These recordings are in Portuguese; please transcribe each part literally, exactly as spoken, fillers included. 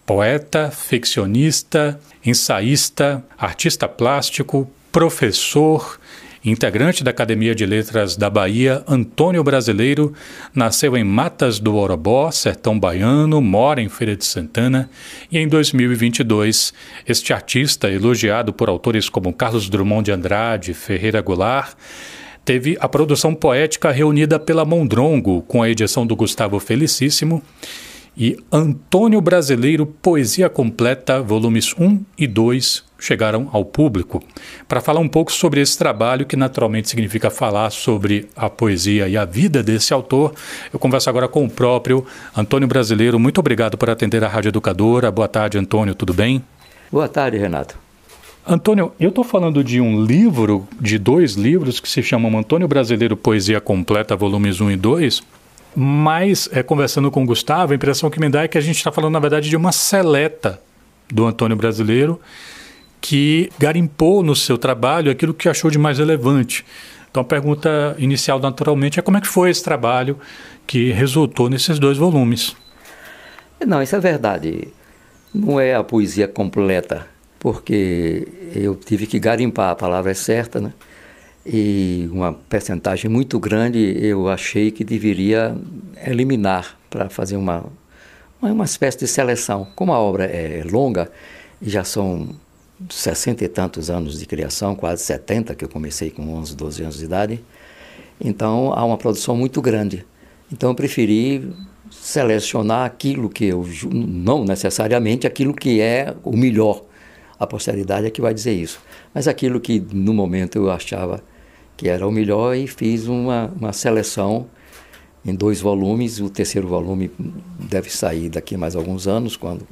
poeta, ficcionista, ensaísta, artista plástico, professor, integrante da Academia de Letras da Bahia. Antônio Brasileiro nasceu em Matas do Orobó, sertão baiano, mora em Feira de Santana e em dois mil e vinte e dois este artista, elogiado por autores como Carlos Drummond de Andrade, Ferreira Goulart, teve a produção poética reunida pela Mondrongo, com a edição do Gustavo Felicíssimo, e Antônio Brasileiro, Poesia Completa, volumes um e dois, chegaram ao público. Para falar um pouco sobre esse trabalho, que naturalmente significa falar sobre a poesia e a vida desse autor, eu converso agora com o próprio Antônio Brasileiro. Muito obrigado por atender a Rádio Educadora. Boa tarde, Antônio, tudo bem? Boa tarde, Renato. Antônio, eu estou falando de um livro, de dois livros que se chamam Antônio Brasileiro, Poesia Completa, volumes um e dois, mas, é, conversando com o Gustavo, a impressão que me dá é que a gente está falando, na verdade, de uma seleta do Antônio Brasileiro que garimpou no seu trabalho aquilo que achou de mais relevante. Então, a pergunta inicial, naturalmente, é como é que foi esse trabalho que resultou nesses dois volumes? Não, isso é verdade. Não é a poesia completa, porque eu tive que garimpar, a palavra é certa, né? E uma percentagem muito grande eu achei que deveria eliminar para fazer uma, uma espécie de seleção. Como a obra é longa, e já são sessenta e tantos anos de criação, quase setenta, que eu comecei com onze, doze anos de idade, então há uma produção muito grande. Então eu preferi selecionar aquilo que eu, não necessariamente aquilo que é o melhor, a posteridade é que vai dizer isso, mas aquilo que no momento eu achava que era o melhor, e fiz uma, uma seleção em dois volumes. O terceiro volume deve sair daqui a mais alguns anos. Quando...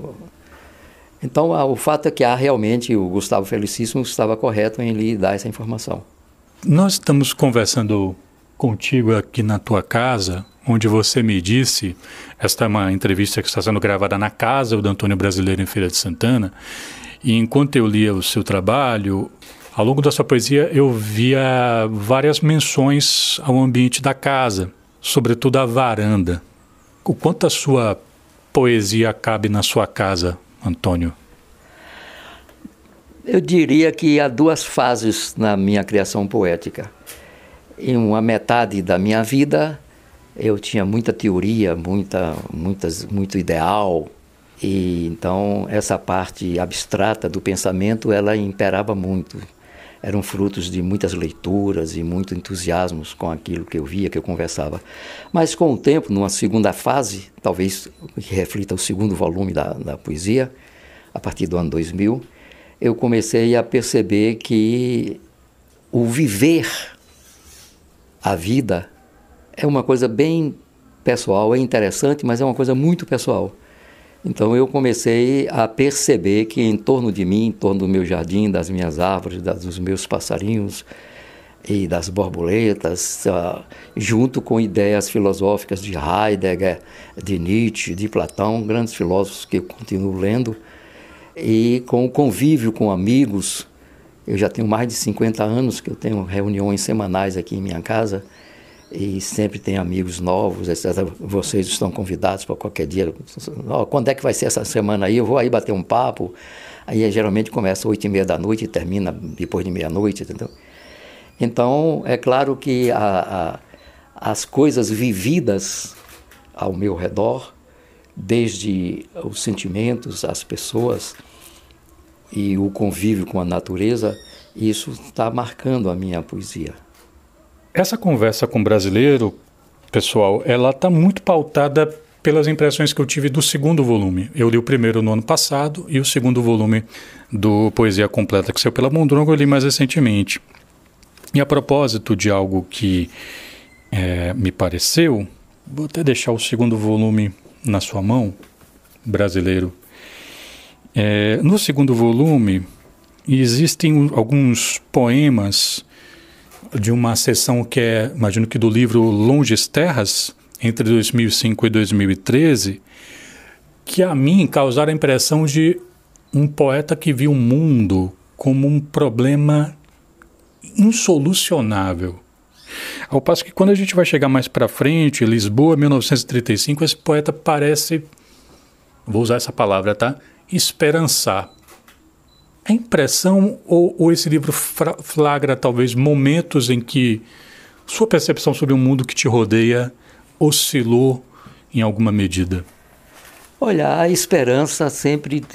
Então, o fato é que há realmente, o Gustavo Felicíssimo estava correto em lhe dar essa informação. Nós estamos conversando contigo aqui na tua casa, onde você me disse, esta é uma entrevista que está sendo gravada na casa do Antônio Brasileiro em Feira de Santana, e enquanto eu lia o seu trabalho, ao longo da sua poesia eu via várias menções ao ambiente da casa, sobretudo a varanda. O quanto a sua poesia cabe na sua casa, Antônio? Eu diria que há duas fases na minha criação poética. Em uma metade da minha vida eu tinha muita teoria, muita, muitas, muito ideal, e então essa parte abstrata do pensamento ela imperava muito. Eram frutos de muitas leituras e muito entusiasmos com aquilo que eu via, que eu conversava. Mas com o tempo, numa segunda fase, talvez que reflita o segundo volume da, da poesia, a partir do ano dois mil, eu comecei a perceber que o viver a vida é uma coisa bem pessoal, é interessante, mas é uma coisa muito pessoal. Então eu comecei a perceber que em torno de mim, em torno do meu jardim, das minhas árvores, das, dos meus passarinhos e das borboletas, uh, junto com ideias filosóficas de Heidegger, de Nietzsche, de Platão, grandes filósofos que eu continuo lendo, e com o convívio com amigos. Eu já tenho mais de cinquenta anos que eu tenho reuniões semanais aqui em minha casa, e sempre tem amigos novos, etcétera. Vocês estão convidados para qualquer dia. Oh, quando é que vai ser essa semana aí? Eu vou aí bater um papo. Aí geralmente começa às oito e meia da noite e termina depois de meia-noite, entendeu? Então, é claro que a, a, as coisas vividas ao meu redor, desde os sentimentos, as pessoas e o convívio com a natureza, isso está marcando a minha poesia. Essa conversa com o Brasileiro, pessoal, ela está muito pautada pelas impressões que eu tive do segundo volume. Eu li o primeiro no ano passado e o segundo volume do Poesia Completa, que saiu pela Mondrongo, eu li mais recentemente. E a propósito de algo que é, me pareceu, vou até deixar o segundo volume na sua mão, Brasileiro. É, no segundo volume existem alguns poemas de uma seção que é, imagino que do livro Longes Terras, entre dois mil e cinco e dois mil e treze, que a mim causaram a impressão de um poeta que viu o mundo como um problema insolucionável. Ao passo que quando a gente vai chegar mais para frente, Lisboa, mil novecentos e trinta e cinco, esse poeta parece vou usar essa palavra, tá? Esperançar. É impressão ou, ou esse livro flagra talvez momentos em que sua percepção sobre o mundo que te rodeia oscilou em alguma medida? Olha, a esperança sempre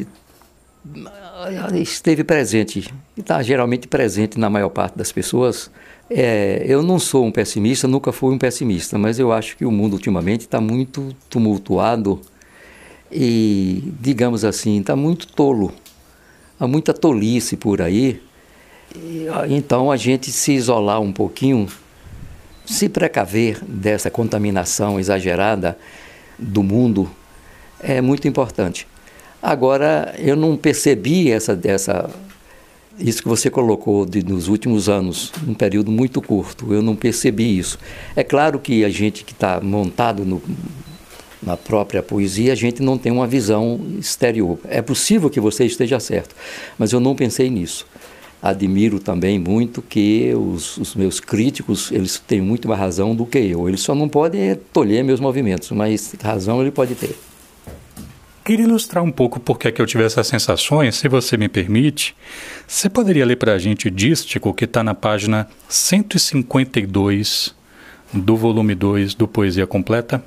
esteve presente, e está geralmente presente na maior parte das pessoas. É, eu não sou um pessimista, nunca fui um pessimista, mas eu acho que o mundo ultimamente está muito tumultuado e, digamos assim, está muito tolo. Há muita tolice por aí, e, então a gente se isolar um pouquinho, se precaver dessa contaminação exagerada do mundo é muito importante. Agora, eu não percebi essa, essa, isso que você colocou de, nos últimos anos, um período muito curto, eu não percebi isso. É claro que a gente que está montado no, na própria poesia, a gente não tem uma visão exterior. É possível que você esteja certo, mas eu não pensei nisso. Admiro também muito que os, os meus críticos, eles têm muito mais razão do que eu. Eles só não podem tolher meus movimentos, mas razão ele pode ter. Queria ilustrar um pouco por que eu tive essas sensações, se você me permite. Você poderia ler para a gente o dístico que está na página cento e cinquenta e dois do volume dois do Poesia Completa?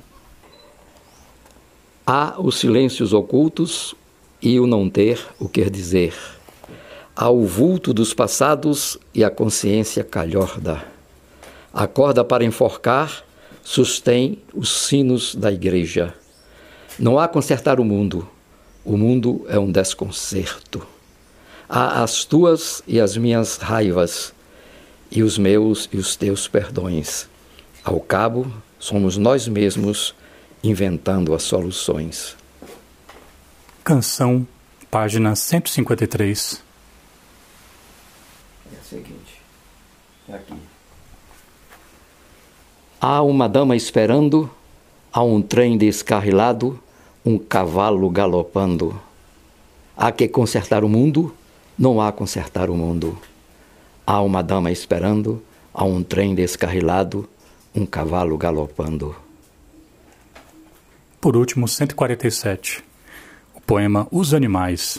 Há os silêncios ocultos e o não ter o quer dizer. Há o vulto dos passados e a consciência calhorda. A corda para enforcar sustém os sinos da igreja. Não há consertar o mundo. O mundo é um desconcerto. Há as tuas e as minhas raivas, e os meus e os teus perdões. Ao cabo, somos nós mesmos inventando as soluções. Canção, página cento e cinquenta e três. É o seguinte, aqui. Há uma dama esperando, há um trem descarrilado, um cavalo galopando. Há que consertar o mundo, não há consertar o mundo. Há uma dama esperando, há um trem descarrilado, um cavalo galopando. Por último, cento e quarenta e sete. O poema Os Animais.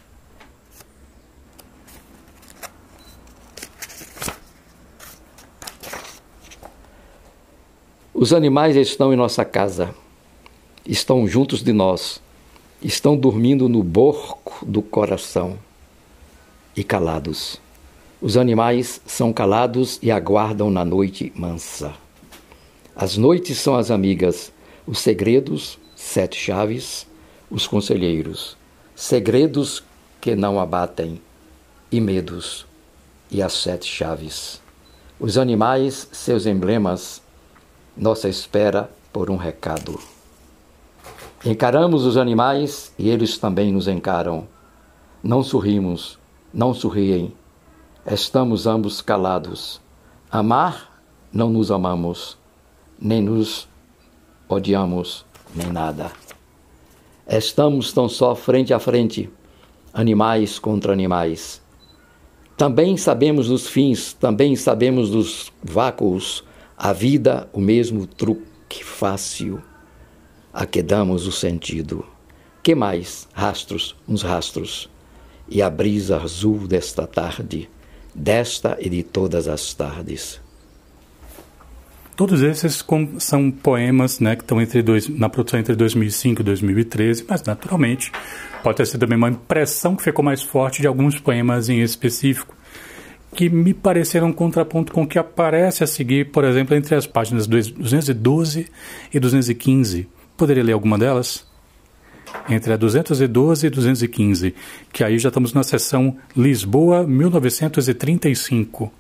Os animais estão em nossa casa, estão juntos de nós, estão dormindo no borco do coração e calados. Os animais são calados e aguardam na noite mansa. As noites são as amigas, os segredos, sete chaves, os conselheiros, segredos que não abatem, e medos, e as sete chaves. Os animais, seus emblemas, nossa espera por um recado. Encaramos os animais e eles também nos encaram. Não sorrimos, não sorriem. Estamos ambos calados. Amar, não nos amamos, nem nos odiamos, nem nada. Estamos tão só frente a frente, animais contra animais. Também sabemos dos fins, também sabemos dos vácuos. A vida, o mesmo truque fácil a que damos o sentido. Que mais? Rastros, uns rastros. E a brisa azul desta tarde, desta e de todas as tardes. Todos esses com, são poemas, né, que estão entre dois, na produção entre dois mil e cinco e dois mil e treze, mas naturalmente pode ter sido também uma impressão que ficou mais forte de alguns poemas em específico, que me pareceram um contraponto com o que aparece a seguir, por exemplo, entre as páginas duzentos e doze e duzentos e quinze. Poderia ler alguma delas? Entre a duzentos e doze e duzentos e quinze, que aí já estamos na seção Lisboa, mil novecentos e trinta e cinco.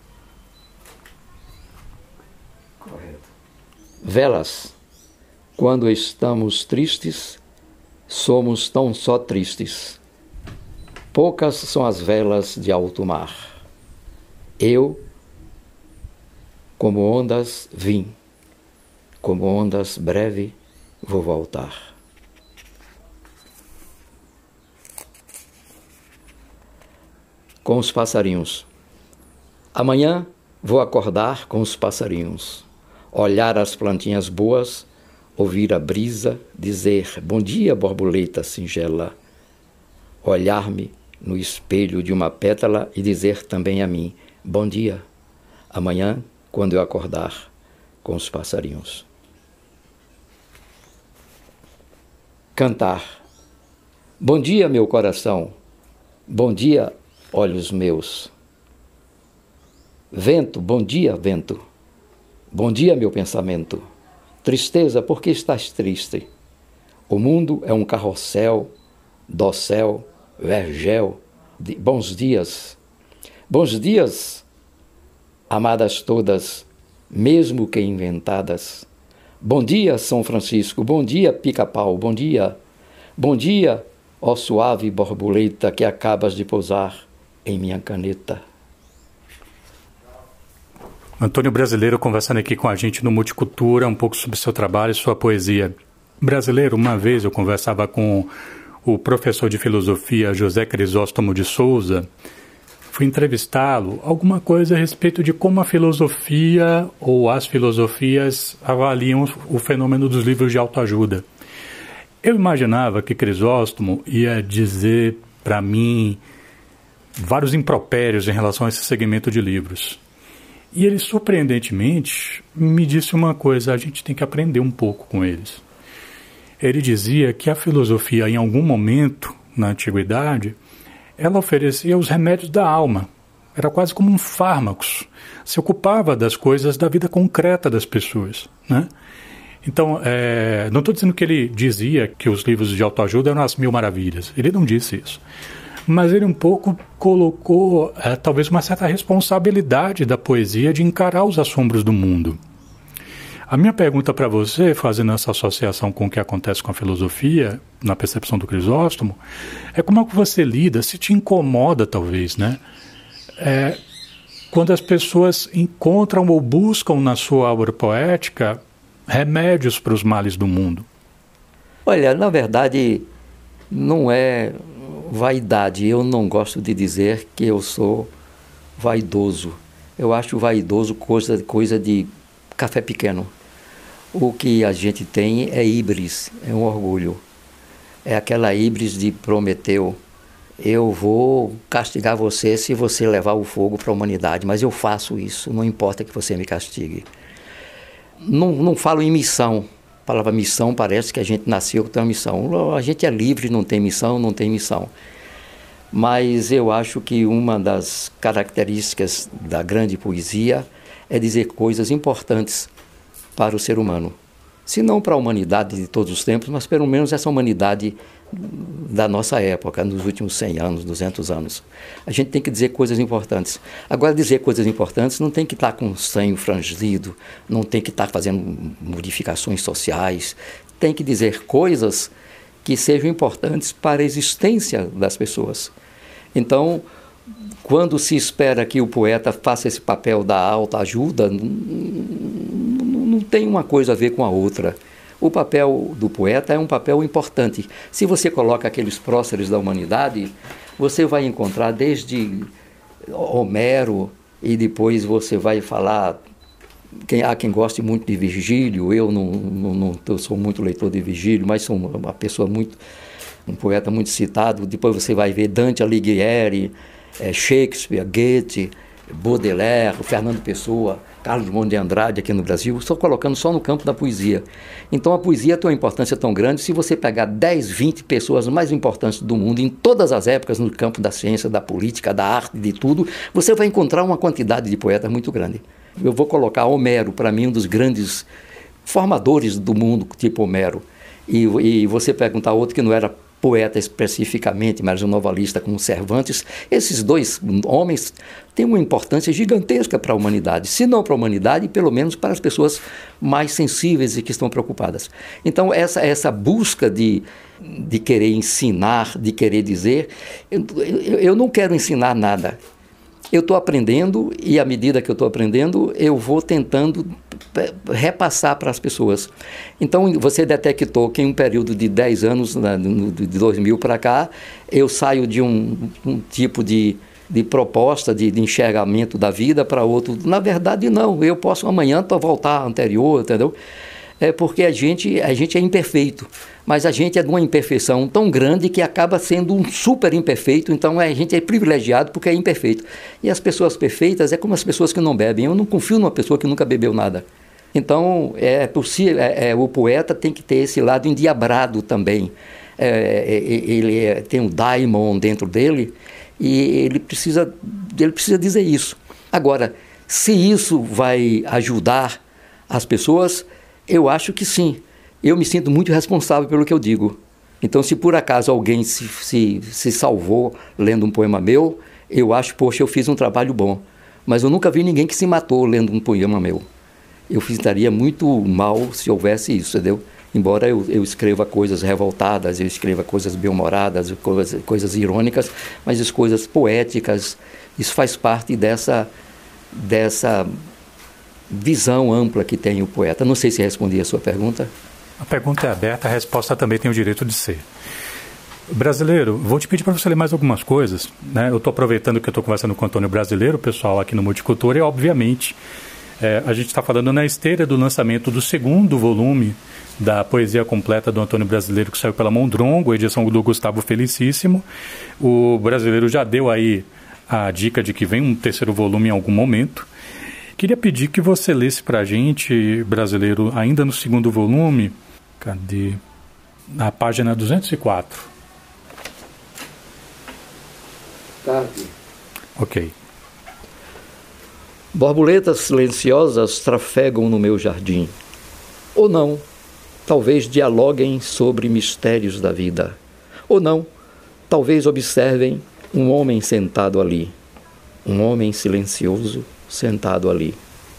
Correto. Velas. Quando estamos tristes, somos tão só tristes. Poucas são as velas de alto mar. Eu, como ondas, vim, como ondas breve, vou voltar. Com os passarinhos. Amanhã vou acordar com os passarinhos, olhar as plantinhas boas, ouvir a brisa dizer bom dia, borboleta singela, olhar-me no espelho de uma pétala e dizer também a mim, bom dia, amanhã, quando eu acordar com os passarinhos. Cantar. Bom dia, meu coração. Bom dia, olhos meus. Vento, bom dia, vento. Bom dia, meu pensamento. Tristeza, por que estás triste? O mundo é um carrossel, dossel, vergel, de bons dias. Bons dias, amadas todas, mesmo que inventadas. Bom dia, São Francisco, bom dia, pica-pau, bom dia. Bom dia, ó suave borboleta que acabas de pousar em minha caneta. Antônio Brasileiro conversando aqui com a gente no Multicultura, um pouco sobre seu trabalho e sua poesia. Brasileiro, uma vez eu conversava com o professor de filosofia José Crisóstomo de Souza, fui entrevistá-lo, alguma coisa a respeito de como a filosofia ou as filosofias avaliam o fenômeno dos livros de autoajuda. Eu imaginava que Crisóstomo ia dizer para mim vários impropérios em relação a esse segmento de livros. E ele, surpreendentemente, me disse uma coisa, a gente tem que aprender um pouco com eles. Ele dizia que a filosofia, em algum momento, na antiguidade, ela oferecia os remédios da alma. Era quase como um fármaco. Se ocupava das coisas da vida concreta das pessoas, né? Então, é, não estou dizendo que ele dizia que os livros de autoajuda eram as mil maravilhas. Ele não disse isso. Mas ele um pouco colocou, é, talvez, uma certa responsabilidade da poesia de encarar os assombros do mundo. A minha pergunta para você, fazendo essa associação com o que acontece com a filosofia, na percepção do Crisóstomo, é como é que você lida, se te incomoda talvez, né? É, quando as pessoas encontram ou buscam na sua obra poética remédios para os males do mundo. Olha, na verdade, não é vaidade. Eu não gosto de dizer que eu sou vaidoso. Eu acho vaidoso coisa, coisa de café pequeno. O que a gente tem é híbris, é um orgulho. É aquela híbris de Prometeu. Eu vou castigar você se você levar o fogo para a humanidade, mas eu faço isso, não importa que você me castigue. Não, não falo em missão. A palavra missão parece que a gente nasceu com uma missão. A gente é livre, não tem missão, não tem missão. Mas eu acho que uma das características da grande poesia é dizer coisas importantes para o ser humano. Se não para a humanidade de todos os tempos, mas pelo menos essa humanidade da nossa época, nos últimos cem anos, duzentos anos. A gente tem que dizer coisas importantes. Agora, dizer coisas importantes não tem que estar com o senho franzido, não tem que estar fazendo modificações sociais, tem que dizer coisas que sejam importantes para a existência das pessoas. Então, quando se espera que o poeta faça esse papel da autoajuda, não, não tem uma coisa a ver com a outra. O papel do poeta é um papel importante. Se você coloca aqueles próceres da humanidade, você vai encontrar desde Homero e depois você vai falar... Quem, há quem goste muito de Virgílio, eu não, não, não eu sou muito leitor de Virgílio, mas sou uma pessoa muito... um poeta muito citado. Depois você vai ver Dante Alighieri, é, Shakespeare, Goethe, Baudelaire, Fernando Pessoa, Carlos Drummond de Andrade aqui no Brasil. Estou colocando só no campo da poesia. Então a poesia tem uma importância tão grande, se você pegar dez, vinte pessoas mais importantes do mundo, em todas as épocas, no campo da ciência, da política, da arte, de tudo, você vai encontrar uma quantidade de poetas muito grande. Eu vou colocar Homero, para mim, um dos grandes formadores do mundo, tipo Homero. E, e você perguntar outro que não era poeta especificamente, mas um novelista como Cervantes, esses dois homens têm uma importância gigantesca para a humanidade, se não para a humanidade, pelo menos para as pessoas mais sensíveis e que estão preocupadas. Então essa, essa busca de, de querer ensinar, de querer dizer, eu, eu, eu não quero ensinar nada. Eu estou aprendendo e, à medida que eu estou aprendendo, eu vou tentando repassar para as pessoas. Então, você detectou que em um período de dez anos, né, de dois mil para cá, eu saio de um, um tipo de, de proposta, de, de enxergamento da vida para outro. Na verdade, não. Eu posso amanhã voltar anterior, entendeu? É porque a gente, a gente é imperfeito, mas a gente é de uma imperfeição tão grande que acaba sendo um super imperfeito, então a gente é privilegiado porque é imperfeito. E as pessoas perfeitas é como as pessoas que não bebem. Eu não confio numa pessoa que nunca bebeu nada. Então, é possível, é, é, o poeta tem que ter esse lado endiabrado também. É, é, ele é, tem um daimon dentro dele e ele precisa, ele precisa dizer isso. Agora, se isso vai ajudar as pessoas, eu acho que sim. Eu me sinto muito responsável pelo que eu digo. Então, se por acaso alguém se, se, se salvou lendo um poema meu, eu acho, poxa, eu fiz um trabalho bom. Mas eu nunca vi ninguém que se matou lendo um poema meu. Eu estaria muito mal se houvesse isso, entendeu? Embora eu, eu escreva coisas revoltadas, eu escreva coisas bem-humoradas, coisas, coisas irônicas, mas as coisas poéticas, isso faz parte dessa, dessa visão ampla que tem o poeta. Não sei se respondi a sua pergunta. A pergunta é aberta, a resposta também tem o direito de ser. Brasileiro, vou te pedir para você ler mais algumas coisas, né? Eu estou aproveitando que eu estou conversando com o Antônio Brasileiro, o pessoal aqui no Multicultura, e obviamente é, a gente está falando na esteira do lançamento do segundo volume da poesia completa do Antônio Brasileiro, que saiu pela Mondrongo, edição do Gustavo Felicíssimo. O Brasileiro já deu aí a dica de que vem um terceiro volume em algum momento. Queria pedir que você lesse para a gente, Brasileiro, ainda no segundo volume, cadê? Na página duzentos e quatro. Tarde. Ok. Borboletas silenciosas trafegam no meu jardim. Ou não, talvez dialoguem sobre mistérios da vida. Ou não, talvez observem um homem sentado ali. Um homem silencioso sentado ali.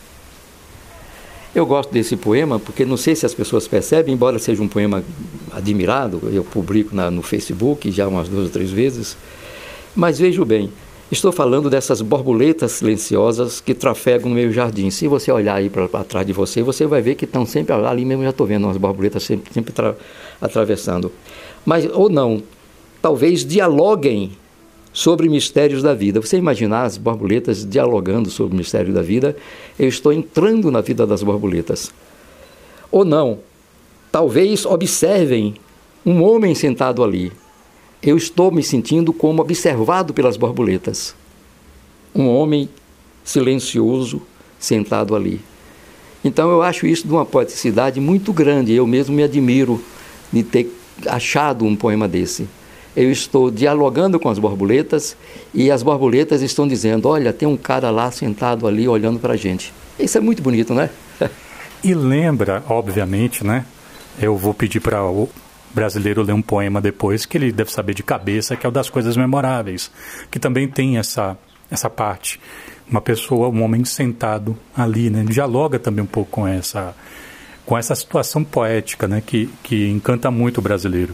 Eu gosto desse poema porque não sei se as pessoas percebem, embora seja um poema admirado, eu publico na, no Facebook já umas duas ou três vezes, mas vejo bem, estou falando dessas borboletas silenciosas que trafegam no meu jardim. Se você olhar aí para trás de você, você vai ver que estão sempre ali mesmo, já estou vendo umas borboletas sempre, sempre tra atravessando. Mas, ou não, talvez dialoguem sobre mistérios da vida. Você imaginar as borboletas dialogando sobre o mistério da vida, eu estou entrando na vida das borboletas. Ou não, talvez observem um homem sentado ali. Eu estou me sentindo como observado pelas borboletas. Um homem silencioso sentado ali. Então eu acho isso de uma poeticidade muito grande. Eu mesmo me admiro de ter achado um poema desse. Eu estou dialogando com as borboletas e as borboletas estão dizendo, olha, tem um cara lá sentado ali olhando para a gente. Isso é muito bonito, né? E lembra, obviamente, né? Eu vou pedir para o Brasileiro ler um poema depois, que ele deve saber de cabeça, que é o das coisas memoráveis, que também tem essa, essa parte. Uma pessoa, um homem sentado ali, né? Ele dialoga também um pouco com essa, com essa situação poética, né? Que, que encanta muito o brasileiro.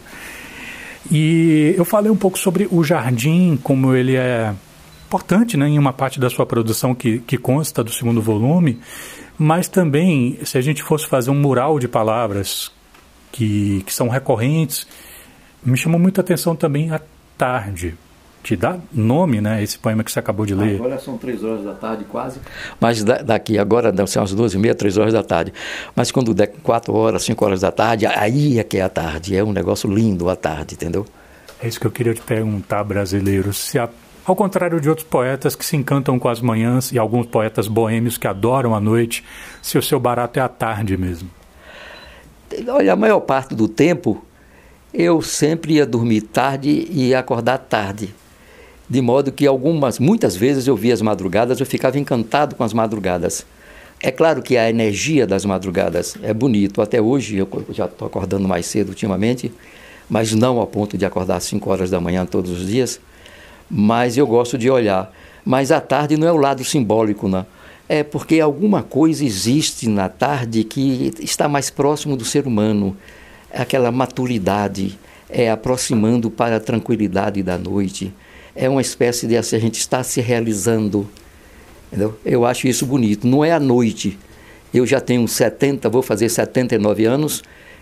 E eu falei um pouco sobre o jardim, como ele é importante, né, em uma parte da sua produção que, que consta do segundo volume, mas também, se a gente fosse fazer um mural de palavras que, que são recorrentes, me chamou muita atenção também a tarde. Te dá nome, né, esse poema que você acabou de ler. Agora são três horas da tarde quase, mas da, daqui agora são as duas e meia, três horas da tarde. Mas quando der quatro horas, cinco horas da tarde, aí é que é a tarde, é um negócio lindo a tarde, entendeu? É isso que eu queria te perguntar, Brasileiro, se a, ao contrário de outros poetas que se encantam com as manhãs e alguns poetas boêmios que adoram a noite, se o seu barato é a tarde mesmo. Olha, a maior parte do tempo eu sempre ia dormir tarde e ia acordar tarde. De modo que algumas, muitas vezes eu via as madrugadas, eu ficava encantado com as madrugadas. É claro que a energia das madrugadas é bonito. Até hoje, eu já estou acordando mais cedo ultimamente, mas não ao ponto de acordar às cinco horas da manhã todos os dias. Mas eu gosto de olhar. Mas a tarde não é o lado simbólico, não. É porque alguma coisa existe na tarde que está mais próximo do ser humano. Aquela maturidade, é aproximando para a tranquilidade da noite. É uma espécie de assim, a gente está se realizando, entendeu? Eu acho isso bonito. Não é à noite. Eu já tenho setenta, vou fazer setenta e nove anos,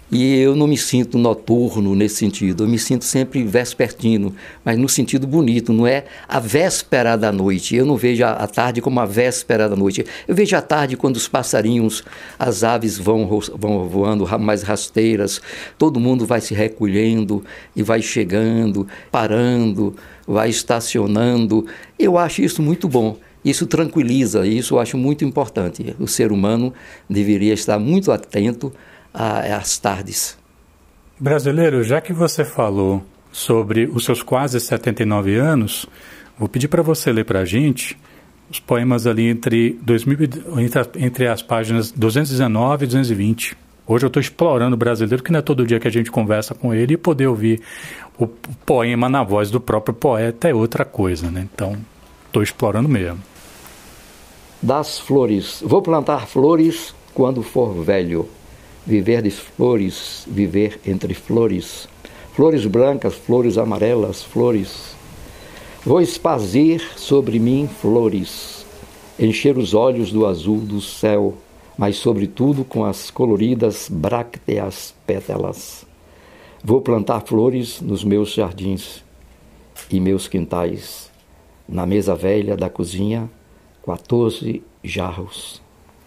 E eu não me sinto noturno nesse sentido, eu me sinto sempre vespertino, mas no sentido bonito, não é a véspera da noite. Eu não vejo a, a tarde como a véspera da noite. Eu vejo a tarde quando os passarinhos, as aves vão, vão voando mais rasteiras, todo mundo vai se recolhendo e vai chegando, parando, vai estacionando. Eu acho isso muito bom. Isso tranquiliza, isso eu acho muito importante. O ser humano deveria estar muito atento às tardes. Brasileiro, já que você falou sobre os seus quase setenta e nove anos, vou pedir para você ler para a gente os poemas ali entre, dois mil, entre, entre as páginas duzentos e dezenove e duzentos e vinte. Hoje eu estou explorando o Brasileiro, que não é todo dia que a gente conversa com ele, e poder ouvir o poema na voz do próprio poeta é outra coisa, né? Então, estou explorando mesmo. Das flores. Vou plantar flores quando for velho. Viver de flores, viver entre flores. Flores brancas, flores amarelas, flores. Vou espazir sobre mim flores. Encher os olhos do azul do céu, mas sobretudo com as coloridas brácteas pétalas. Vou plantar flores nos meus jardins e meus quintais. Na mesa velha da cozinha, quatorze jarros.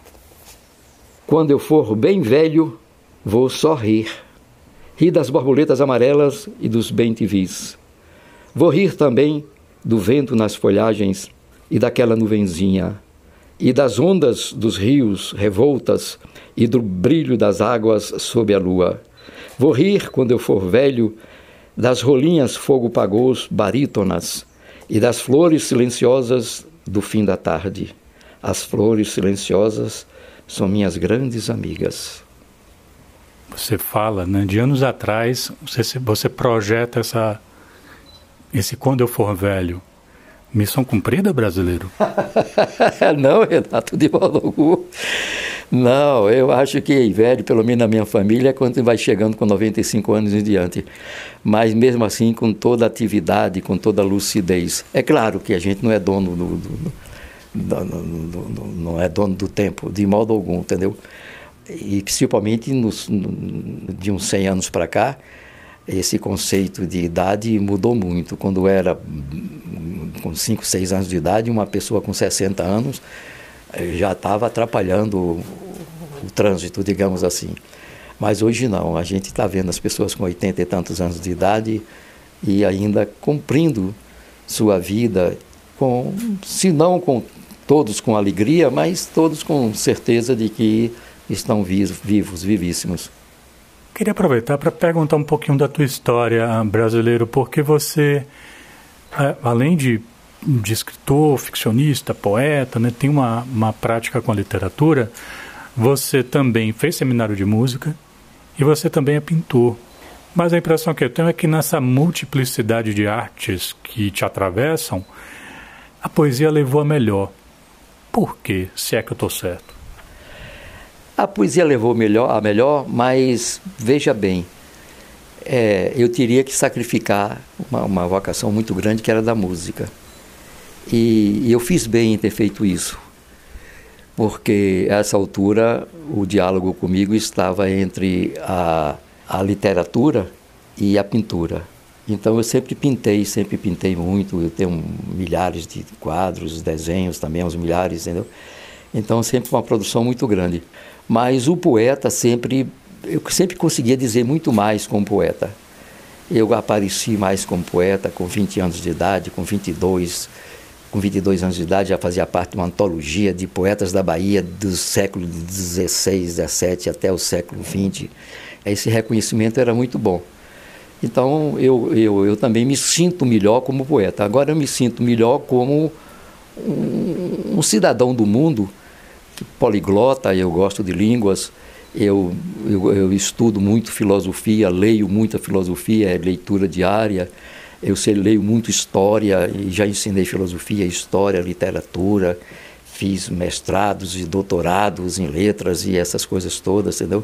Quando eu for bem velho, vou só rir. Rir das borboletas amarelas e dos bem-te-vis. Vou rir também do vento nas folhagens e daquela nuvenzinha, e das ondas dos rios revoltas e do brilho das águas sob a lua. Vou rir, quando eu for velho, das rolinhas fogo-pagôs barítonas e das flores silenciosas do fim da tarde. As flores silenciosas são minhas grandes amigas. Você fala, né, de anos atrás, você, você projeta essa, esse quando eu for velho. Missão cumprida, Brasileiro? Não, Renato, de modo algum. Não, eu acho que velho, pelo menos na minha família, é quando vai chegando com noventa e cinco anos em diante. Mas mesmo assim, com toda a atividade, com toda a lucidez. É claro que a gente não é dono do, do, do, do, do não é dono do tempo, de modo algum, entendeu? E principalmente nos, no, de uns cem anos para cá, esse conceito de idade mudou muito. Quando era com cinco, seis anos de idade, uma pessoa com sessenta anos já estava atrapalhando o, o trânsito, digamos assim. Mas hoje não, a gente está vendo as pessoas com oitenta e tantos anos de idade e ainda cumprindo sua vida, com, se não com todos com alegria, mas todos com certeza de que estão vivos, vivos vivíssimos. Queria aproveitar para perguntar um pouquinho da tua história, Brasileiro, porque você, além de, de escritor, ficcionista, poeta, né, tem uma, uma prática com a literatura, você também fez seminário de música e você também é pintor. Mas a impressão que eu tenho é que nessa multiplicidade de artes que te atravessam, a poesia levou a melhor. Por quê, se é que eu estou certo? A poesia levou melhor, a melhor, mas veja bem, é, eu teria que sacrificar uma, uma vocação muito grande que era da música. E, e eu fiz bem em ter feito isso, porque a essa altura o diálogo comigo estava entre a, a literatura e a pintura. Então eu sempre pintei, sempre pintei muito, eu tenho milhares de quadros, desenhos também, uns milhares, entendeu? Então sempre uma produção muito grande. Mas o poeta sempre, eu sempre conseguia dizer muito mais como poeta. Eu apareci mais como poeta com vinte anos de idade, com vinte e dois, com vinte e dois anos de idade já fazia parte de uma antologia de poetas da Bahia do século dezesseis, dezessete até o século vinte. Esse reconhecimento era muito bom. Então eu, eu, eu também me sinto melhor como poeta. Agora eu me sinto melhor como um, um cidadão do mundo, poliglota, eu gosto de línguas, eu, eu, eu estudo muito filosofia, leio muita filosofia, é leitura diária, eu sei, leio muito história, e já ensinei filosofia, história, literatura, fiz mestrados e doutorados em letras e essas coisas todas, entendeu?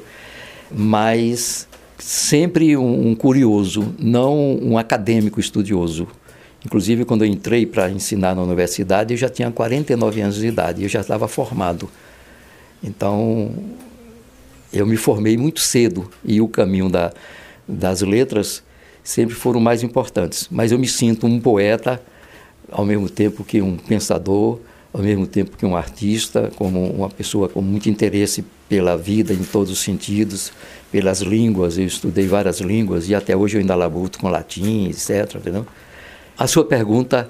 Mas sempre um, um curioso, não um acadêmico estudioso. Inclusive, quando eu entrei para ensinar na universidade, eu já tinha quarenta e nove anos de idade, eu já estava formado. Então, eu me formei muito cedo e o caminho da, das letras sempre foram mais importantes. Mas eu me sinto um poeta ao mesmo tempo que um pensador, ao mesmo tempo que um artista, como uma pessoa com muito interesse pela vida em todos os sentidos, pelas línguas. Eu estudei várias línguas e até hoje eu ainda labuto com latim, etcétera. Entendeu? A sua pergunta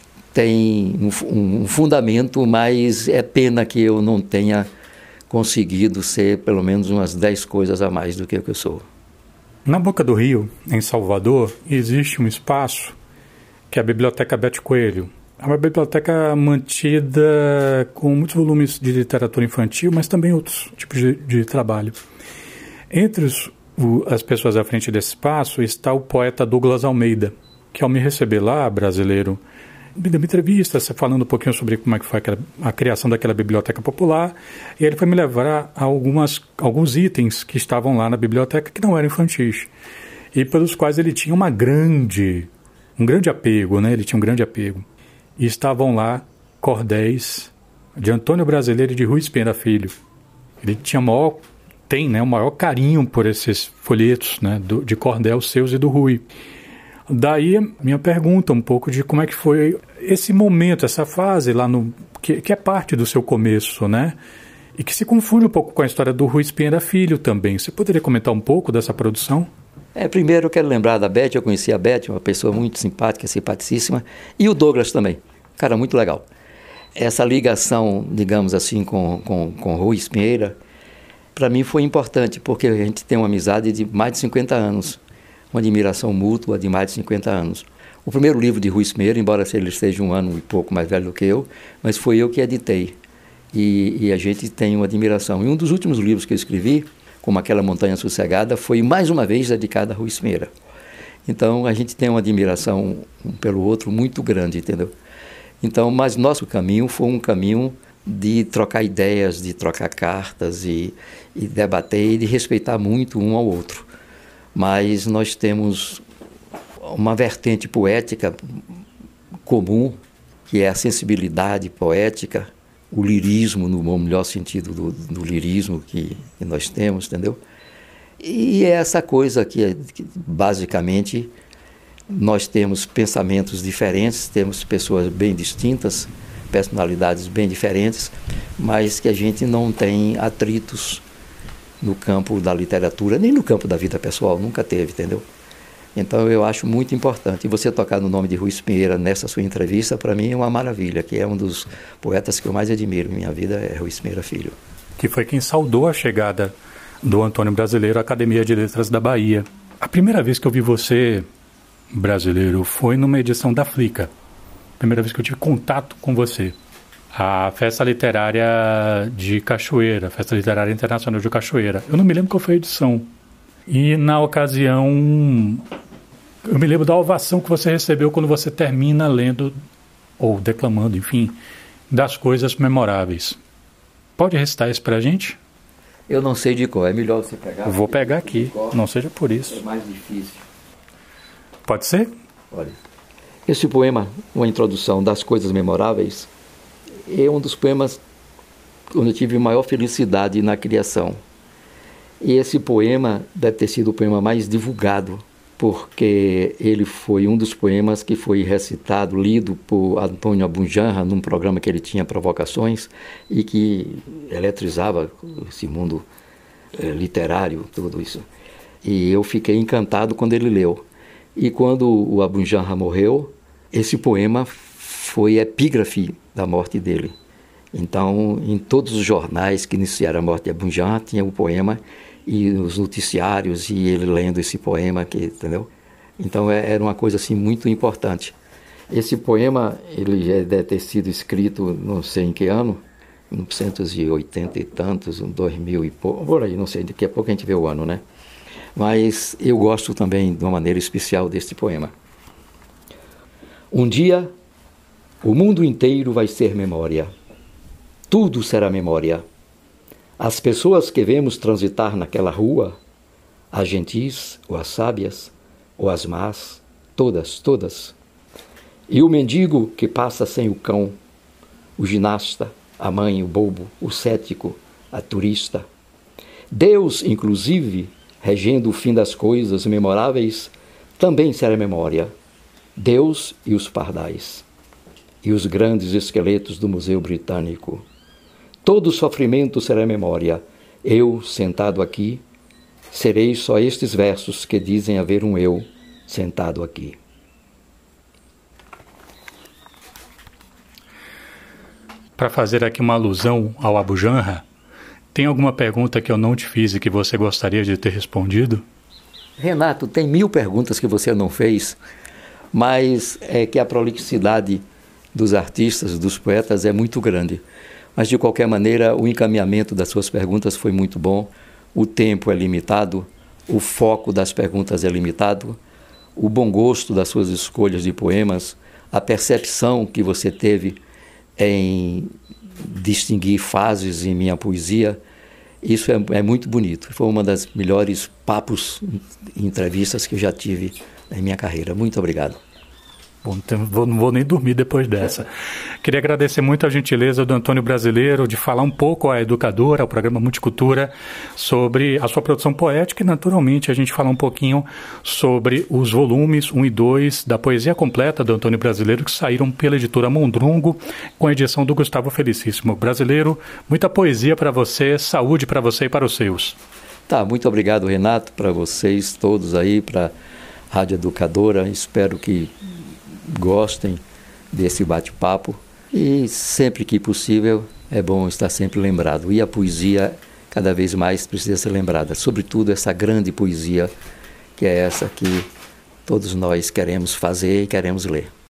tem um, um fundamento, mas é pena que eu não tenha conseguido ser pelo menos umas dez coisas a mais do que o que eu sou. Na Boca do Rio, em Salvador, existe um espaço que é a Biblioteca Bete Coelho. É uma biblioteca mantida com muitos volumes de literatura infantil, mas também outros tipos de, de trabalho. Entre os, o, as pessoas à frente desse espaço está o poeta Douglas Almeida, que ao me receber lá, brasileiro, me deu uma entrevista falando um pouquinho sobre como é que foi aquela, a criação daquela biblioteca popular, e ele foi me levar a algumas, alguns itens que estavam lá na biblioteca que não eram infantis, e pelos quais ele tinha uma grande, um grande apego, né? Ele tinha um grande apego. E estavam lá cordéis de Antônio Brasileiro e de Rui Espera Filho. Ele tinha maior, tem né, o maior carinho por esses folhetos, né, do, de cordel seus e do Rui. Daí minha pergunta um pouco de como é que foi esse momento, essa fase lá no que, que é parte do seu começo, né? E que se confunde um pouco com a história do Rui Espera Filho também. Você poderia comentar um pouco dessa produção? É, primeiro eu quero lembrar da Bete. Eu conheci a Bete, uma pessoa muito simpática, simpaticíssima, e o Douglas também, cara muito legal. Essa ligação, digamos assim, com, com, com Rui Espera, para mim foi importante, porque a gente tem uma amizade de mais de cinquenta anos, uma admiração mútua de mais de cinquenta anos. O primeiro livro de Rui Espera, embora ele seja um ano e pouco mais velho do que eu, mas foi eu que editei, e, e a gente tem uma admiração. E um dos últimos livros que eu escrevi, como Aquela Montanha Sossegada, foi mais uma vez dedicada a Rui Espera. Então a gente tem uma admiração um pelo outro muito grande, entendeu? Então, mas nosso caminho foi um caminho de trocar ideias, de trocar cartas e, e debater e de respeitar muito um ao outro. Mas nós temos uma vertente poética comum, que é a sensibilidade poética, o lirismo, no melhor sentido do, do lirismo que, que nós temos, entendeu? E é essa coisa que, que, basicamente, nós temos pensamentos diferentes, temos pessoas bem distintas, personalidades bem diferentes, mas que a gente não tem atritos no campo da literatura, nem no campo da vida pessoal, nunca teve, entendeu? Então eu acho muito importante. E você tocar no nome de Rui Espera nessa sua entrevista, para mim é uma maravilha, que é um dos poetas que eu mais admiro em minha vida, é Rui Espera Filho. Que foi quem saudou a chegada do Antônio Brasileiro à Academia de Letras da Bahia. A primeira vez que eu vi você, Brasileiro, foi numa edição da Flica. Primeira vez que eu tive contato com você. A Festa Literária de Cachoeira, Festa Literária Internacional de Cachoeira. Eu não me lembro qual foi a edição. E na ocasião, eu me lembro da ovação que você recebeu quando você termina lendo, ou declamando, enfim, das coisas memoráveis. Pode recitar isso pra gente? Eu não sei de qual, é melhor você pegar. Eu vou pegar aqui, não seja por isso. É mais difícil. Pode ser? Olha, esse poema, uma introdução das coisas memoráveis, é um dos poemas onde eu tive maior felicidade na criação. E esse poema deve ter sido o poema mais divulgado, porque ele foi um dos poemas que foi recitado, lido por Antônio Abunjanra, num programa que ele tinha, Provocações, e que eletrizava esse mundo é, literário, tudo isso. E eu fiquei encantado quando ele leu. E quando o Abunjanra morreu, esse poema foi epígrafe da morte dele. Então, em todos os jornais que iniciaram a morte de Abunjanra, tinha o poema, e os noticiários, e ele lendo esse poema, que, entendeu? Então, é, era uma coisa assim muito importante. Esse poema, ele já deve ter sido escrito, não sei em que ano, mil novecentos e oitenta e tantos, dois mil e pouco, por aí, não sei, daqui a pouco a gente vê o ano, né? Mas eu gosto também de uma maneira especial deste poema. Um dia, o mundo inteiro vai ser memória. Tudo será memória. As pessoas que vemos transitar naquela rua, as gentis ou as sábias, ou as más, todas, todas. E o mendigo que passa sem o cão, o ginasta, a mãe, o bobo, o cético, a turista. Deus, inclusive, regendo o fim das coisas memoráveis, também será memória. Deus e os pardais, e os grandes esqueletos do Museu Britânico. Todo sofrimento será memória. Eu, sentado aqui, serei só estes versos que dizem haver um eu sentado aqui. Para fazer aqui uma alusão ao Abu Janra, tem alguma pergunta que eu não te fiz e que você gostaria de ter respondido? Renato, tem mil perguntas que você não fez, mas é que a prolixidade dos artistas, dos poetas, é muito grande. Mas, de qualquer maneira, o encaminhamento das suas perguntas foi muito bom. O tempo é limitado, o foco das perguntas é limitado, o bom gosto das suas escolhas de poemas, a percepção que você teve em distinguir fases em minha poesia, isso é, é muito bonito. Foi uma das melhores papos e entrevistas que eu já tive em minha carreira. Muito obrigado. Bom, então vou, não vou nem dormir depois dessa. Queria agradecer muito a gentileza do Antônio Brasileiro de falar um pouco à Educadora, ao programa Multicultura, sobre a sua produção poética e, naturalmente, a gente falar um pouquinho sobre os volumes um e dois da Poesia Completa do Antônio Brasileiro, que saíram pela editora Mondrongo, com a edição do Gustavo Felicíssimo. Brasileiro, muita poesia para você, saúde para você e para os seus. Tá, muito obrigado, Renato, para vocês todos aí, para a Rádio Educadora. Espero que gostem desse bate-papo e sempre que possível é bom estar sempre lembrado. E a poesia cada vez mais precisa ser lembrada, sobretudo essa grande poesia que é essa que todos nós queremos fazer e queremos ler.